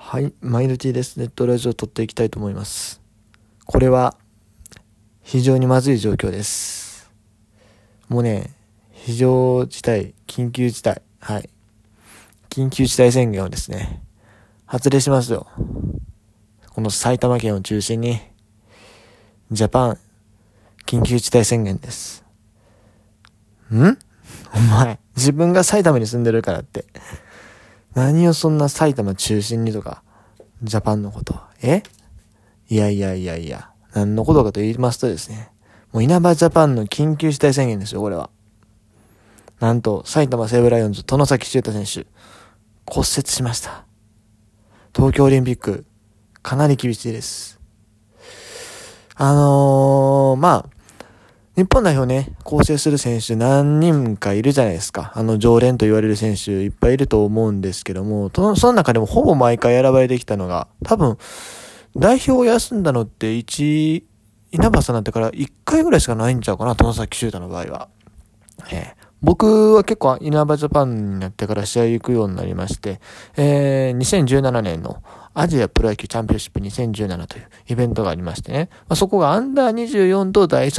はい、マイルティです。ネットラジオを撮っていきたいと思います。これは非常にまずい状況です。もうね、非常事態、緊急事態、はい。緊急事態宣言をですね、発令しますよ。この埼玉県を中心に、ジャパン緊急事態宣言です。お前、自分が埼玉に住んでるからって、何をそんな埼玉中心にとか、ジャパンのこと。いや。何のことかと言いますとですね、もう稲葉ジャパンの緊急事態宣言ですよ、これは。なんと、埼玉西武ライオンズ、外崎修太選手、骨折しました。東京オリンピック、かなり厳しいです。日本代表ね、構成する選手何人かいるじゃないですか。常連と言われる選手いっぱいいると思うんですけども、その中でもほぼ毎回選ばれてきたのが、多分、代表を休んだのって稲葉さんになってから1回ぐらいしかないんちゃうかな、外崎修太の場合は。僕は結構稲葉ジャパンになってから試合行くようになりまして、2017年のアジアプロ野球チャンピオンシップ2017というイベントがありましてね。そこがアンダー24とプロ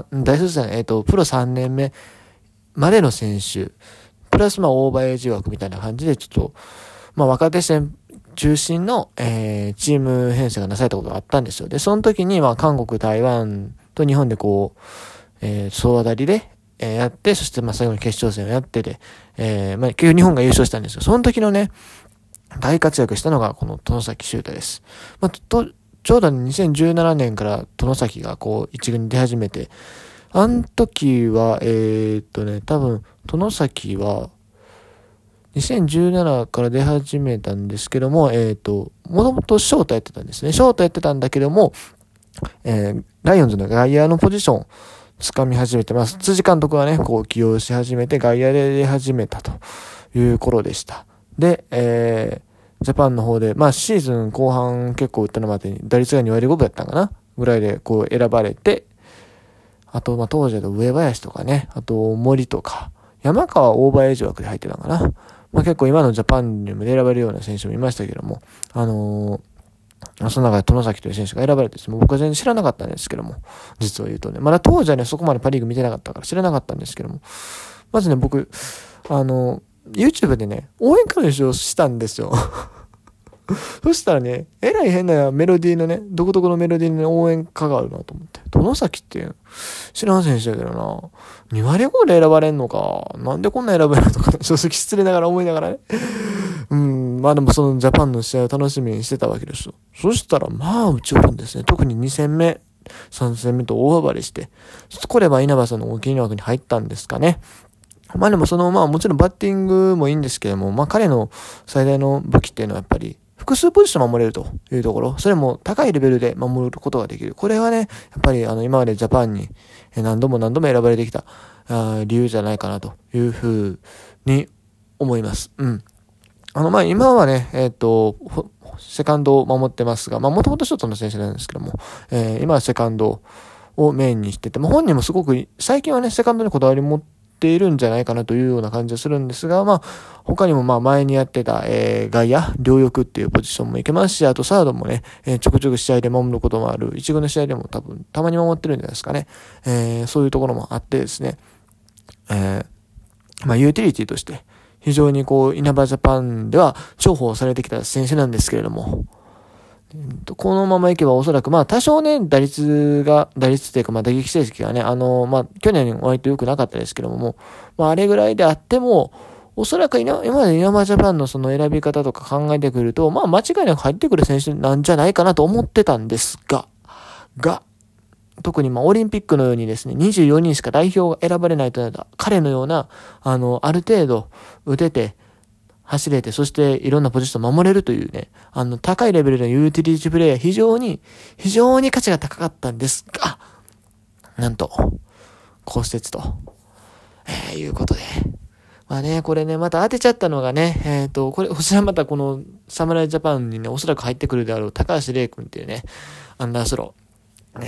3年目までの選手、プラスオーバーエイジ枠みたいな感じでちょっと、若手戦中心の、チーム編成がなされたことがあったんですよ。で、その時に韓国、台湾と日本で総当たりで、やって、そして最後に決勝戦をやってで、結局日本が優勝したんですよ。その時のね、大活躍したのがこの外崎修太です。ちょうど2017年から外崎が一軍に出始めて、あの時は、多分、外崎は、2017から出始めたんですけども、もともとショートやってたんですね。ショートやってたんだけども、ライオンズの外野のポジションを掴み始めてます。辻監督はね、起用し始めて外野で出始めたという頃でした。で、ジャパンの方で、シーズン後半結構打ったのまでに、打率が2割5分やったんかなぐらいで選ばれて、あと、当時だと上林とかね、あと森とか、山川オーバーエイジ枠で入ってたのかな。結構今のジャパンにも選ばれるような選手もいましたけども、その中で外崎という選手が選ばれてですね、僕は全然知らなかったんですけども、実を言うとね、まだ当時はね、そこまでパリーグ見てなかったから知らなかったんですけども、まずね、僕、YouTube でね、応援歌の練習をしたんですよ。そしたらね、えらい変なメロディーのね、独特のメロディーの、ね、応援歌があるなと思って。外崎って知らん選手だけどな。2割5で選ばれんのか。なんでこんな選べるのか。正直失礼ながら思いながらね。でもそのジャパンの試合を楽しみにしてたわけですよ。そしたら打ち折るんですね。特に2戦目、3戦目と大暴れして。これは稲葉さんのお気に入り枠に入ったんですかね。でももちろんバッティングもいいんですけども、彼の最大の武器っていうのはやっぱり、複数ポジション守れるというところ、それも高いレベルで守ることができる。これはね、やっぱり今までジャパンに何度も選ばれてきた理由じゃないかなというふうに思います。今はね、セカンドを守ってますが、もともとショートの選手なんですけども、今はセカンドをメインにしてて、本人もすごく、最近はね、セカンドにこだわり持っているんじゃないかなというような感じがするんですが、他にも前にやってた、外野、両翼っていうポジションもいけますし、あとサードもね、ちょくちょく試合で守ることもある、一軍の試合でもたまに守ってるんじゃないですかね。そういうところもあってですね、ユーティリティとして、非常に稲葉ジャパンでは重宝されてきた選手なんですけれども、このままいけばおそらく、多少ね、打率というか、打撃成績がね、去年割と良くなかったですけども、あれぐらいであっても、おそらく今まで稲葉ジャパンのその選び方とか考えてくると、間違いなく入ってくる選手なんじゃないかなと思ってたんですが、特にオリンピックのようにですね、24人しか代表が選ばれないとなった彼のような、ある程度打てて、走れて、そしていろんなポジション守れるというね、高いレベルのユーティリティプレイヤー非常に価値が高かったんですが、なんと、骨折と、いうことで。これね、また当てちゃったのがね、こちらまたこの、侍ジャパンにね、おそらく入ってくるであろう、高橋玲君っていうね、アンダースロー。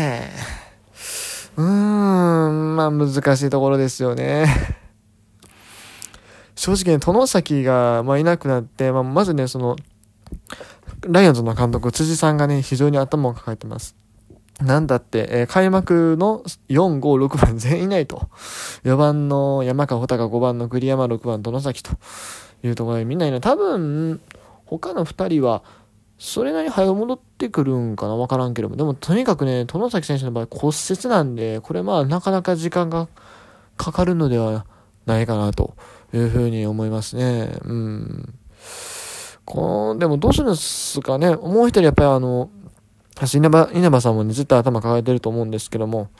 難しいところですよね。正直ね、外崎が、いなくなって、まずね、 ライオンズの監督、辻さんがね、非常に頭を抱えてます。なんだって、開幕の4、5、6番全員いないと。4番の山川穂高、5番の栗山、6番殿崎というところでみんないない。多分、他の2人は、それなりに早戻ってくるんかなわからんけども。でも、とにかくね、殿崎選手の場合骨折なんで、これなかなか時間がかかるのではないかなというふうに思いますね。でもどうするんですかね。もう一人やっぱり稲葉さんもね、ずっと頭抱えてると思うんですけども、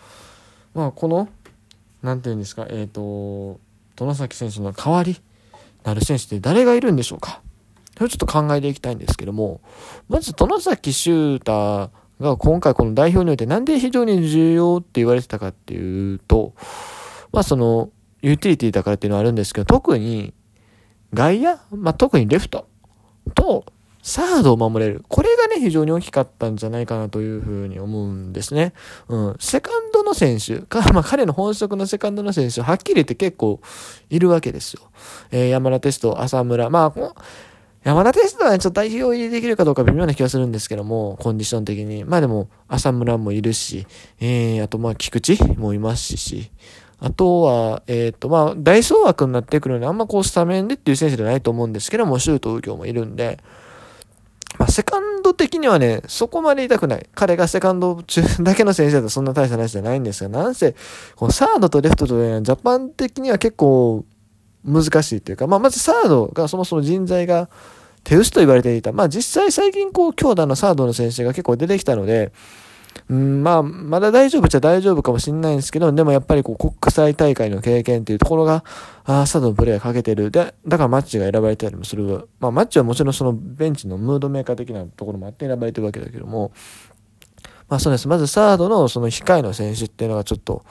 なんていうんですか、殿崎選手の代わりなる選手って誰がいるんでしょうか。それをちょっと考えていきたいんですけども、まず殿崎修太が今回この代表においてなんで非常に重要って言われてたかっていうと、ユーティリティだからっていうのはあるんですけど、特に外野、特にレフトとサードを守れる。これがね、非常に大きかったんじゃないかなというふうに思うんですね。セカンドの選手彼の本職のセカンドの選手、はっきり言って結構いるわけですよ。山田哲人、浅村。山田哲人はね、ちょっと代表入りできるかどうか微妙な気がするんですけども、コンディション的に。でも、浅村もいるし、あと菊池もいますし、あとは、大総枠になってくるので、あんまスタメンでっていう選手じゃないと思うんですけども、周東右京もいるんで、セカンド的にはね、そこまで痛くない。彼がセカンド中だけの選手だとそんな大した話じゃないんですが、なんせ、このサードとレフトとね、ジャパン的には結構難しいというか、まずサードがそもそも人材が手薄と言われていた。実際最近強打のサードの選手が結構出てきたので、まだ大丈夫っちゃ大丈夫かもしれないんですけど、でもやっぱり国際大会の経験っていうところが、サードのプレーがかけてる。だからマッチが選ばれたりもする。マッチはもちろんそのベンチのムードメーカー的なところもあって選ばれてるわけだけども、そうです。まずサードのその控えの選手っていうのがちょっと、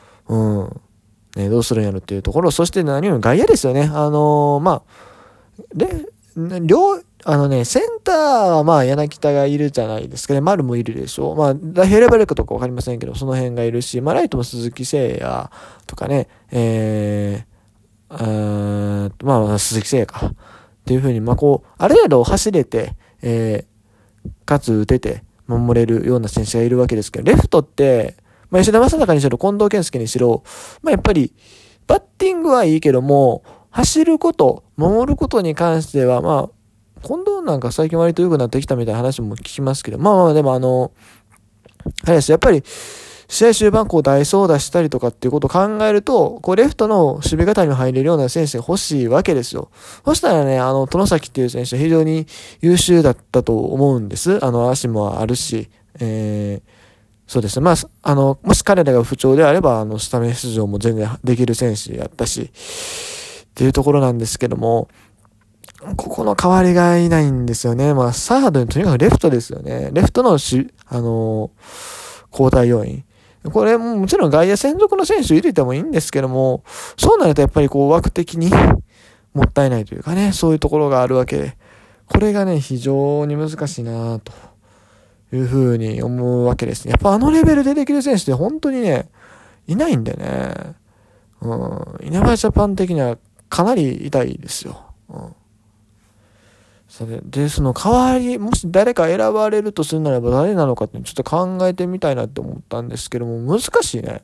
どうするんやろっていうところ。そして何より外野ですよね。センターは柳田がいるじゃないですかね。丸もいるでしょう。代表選ばれるかどうかわかりませんけど、その辺がいるし、ライトも鈴木誠也とかね、鈴木誠也か。っていう風に、ある程度走れて、かつ打てて、守れるような選手がいるわけですけど、レフトって、吉田正尚にしろ、近藤健介にしろ、やっぱり、バッティングはいいけども、走ること、守ることに関しては、近藤なんか最近割と良くなってきたみたいな話も聞きますけど、でもあれです。やっぱり、試合終盤代走出したりとかっていうことを考えると、レフトの守備型に入れるような選手が欲しいわけですよ。そしたらね、殿崎っていう選手は非常に優秀だったと思うんです。足もあるし、そうですね。もし彼らが不調であれば、スタメン出場も全然できる選手やったし、っていうところなんですけども、ここの代わりがいないんですよね。サードにとにかくレフトですよね。レフトの交代要員。これもちろん外野専属の選手入れてもいいんですけども、そうなるとやっぱり枠的にもったいないというかね、そういうところがあるわけで、これがね、非常に難しいなというふうに思うわけですね。やっぱレベルでできる選手って本当にね、いないんでね、稲葉ジャパン的にはかなり痛いですよ。その代わり、もし誰か選ばれるとするならば誰なのかってちょっと考えてみたいなって思ったんですけども、難しいね。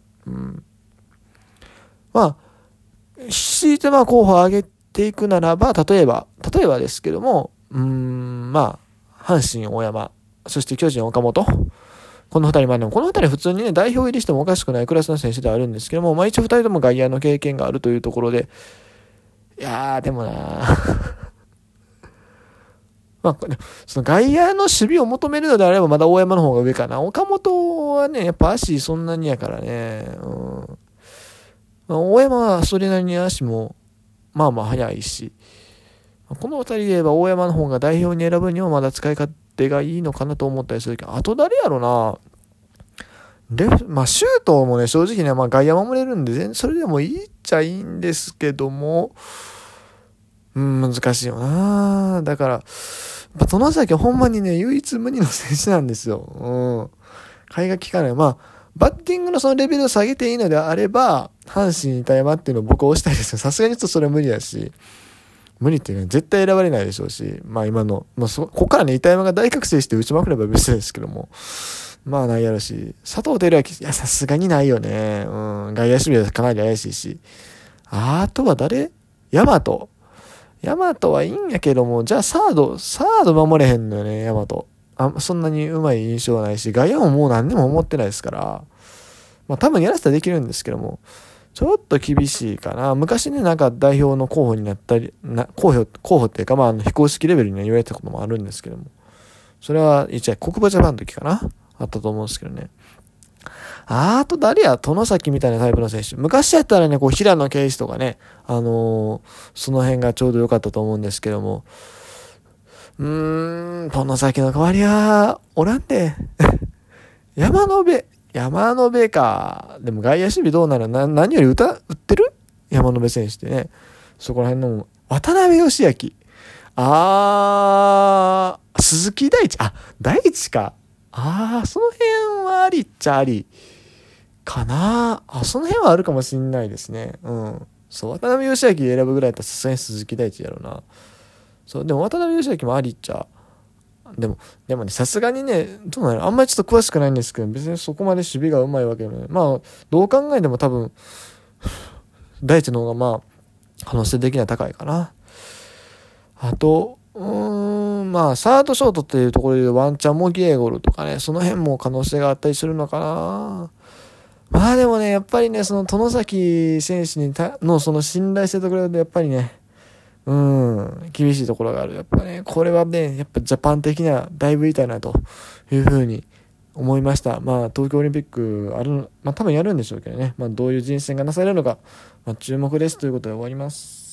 強いて候補を上げていくならば、例えばですけども、阪神大山、そして巨人岡本、この二人、この二人普通にね、代表入りしてもおかしくないクラスの選手ではあるんですけども、一応二人とも外野の経験があるというところで、いやー、でもなその外野の守備を求めるのであればまだ大山の方が上かな。岡本はね、やっぱ足そんなにやからね。大山はそれなりに足も速いし、この二人で言えば大山の方が代表に選ぶにはまだ使い勝手がいいのかなと思ったりするけど、あと誰やろな。シュートもね、正直ね、外野守れるんで、それでもいいっちゃいいんですけども、難しいよな。だから、殿崎はほんまにね、唯一無二の選手なんですよ。替えが利かない。バッティングのそのレベルを下げていいのであれば、阪神板山っていうのを僕は推したいですよ。さすがにちょっとそれは無理だし。 無理っていうか絶対選ばれないでしょうし、まあ今の、まあここからね、板山が大覚醒して打ちまくれば別ですけども、まあないやろし、佐藤輝明、いや、さすがにないよね。外野守備はかなり怪しいし。あとは誰？大和。大和はいいんやけども、じゃあサード守れへんのよね、大和。そんなに上手い印象はないし、外野ももう何にも思ってないですから、まあ多分やらせたらできるんですけども、ちょっと厳しいかな。昔ね、なんか代表の候補になったり、候補っていうか、まあ非公式レベルには言われたこともあるんですけども、それは一応国母ジャパンの時かなあったと思うんですけどね。あと誰や外崎みたいなタイプの選手。昔やったらね、こう平野啓一とかね、その辺がちょうど良かったと思うんですけども、外崎の代わりは、おらんで。山野辺か。でも外野守備どうなる？何より打ってる山野辺選手ってね。そこら辺の、渡辺義明。鈴木大地。大地か。その辺はありっちゃありかな。その辺はあるかもしんないですね。そう、渡辺義明選ぶぐらいだったらさすがに鈴木大地やろうな。そう、でも渡辺義明もありっちゃ。でもね、さすがにね、どうなの？あんまりちょっと詳しくないんですけど、別にそこまで守備がうまいわけでもない。まあ、どう考えても多分、大地の方がまあ、可能性的には高いかな。あと、まあ、サードショートっていうところでワンチャンモギエゴルとかね、その辺も可能性があったりするのかな。まあでもね、やっぱりね、その外崎選手のその信頼してるところでやっぱりね、厳しいところがある。やっぱね、これはね、やっぱジャパン的にはだいぶ痛いなというふうに思いました。まあ、東京オリンピック多分やるんでしょうけどね。まあ、どういう人選がなされるのか、注目ですということで終わります。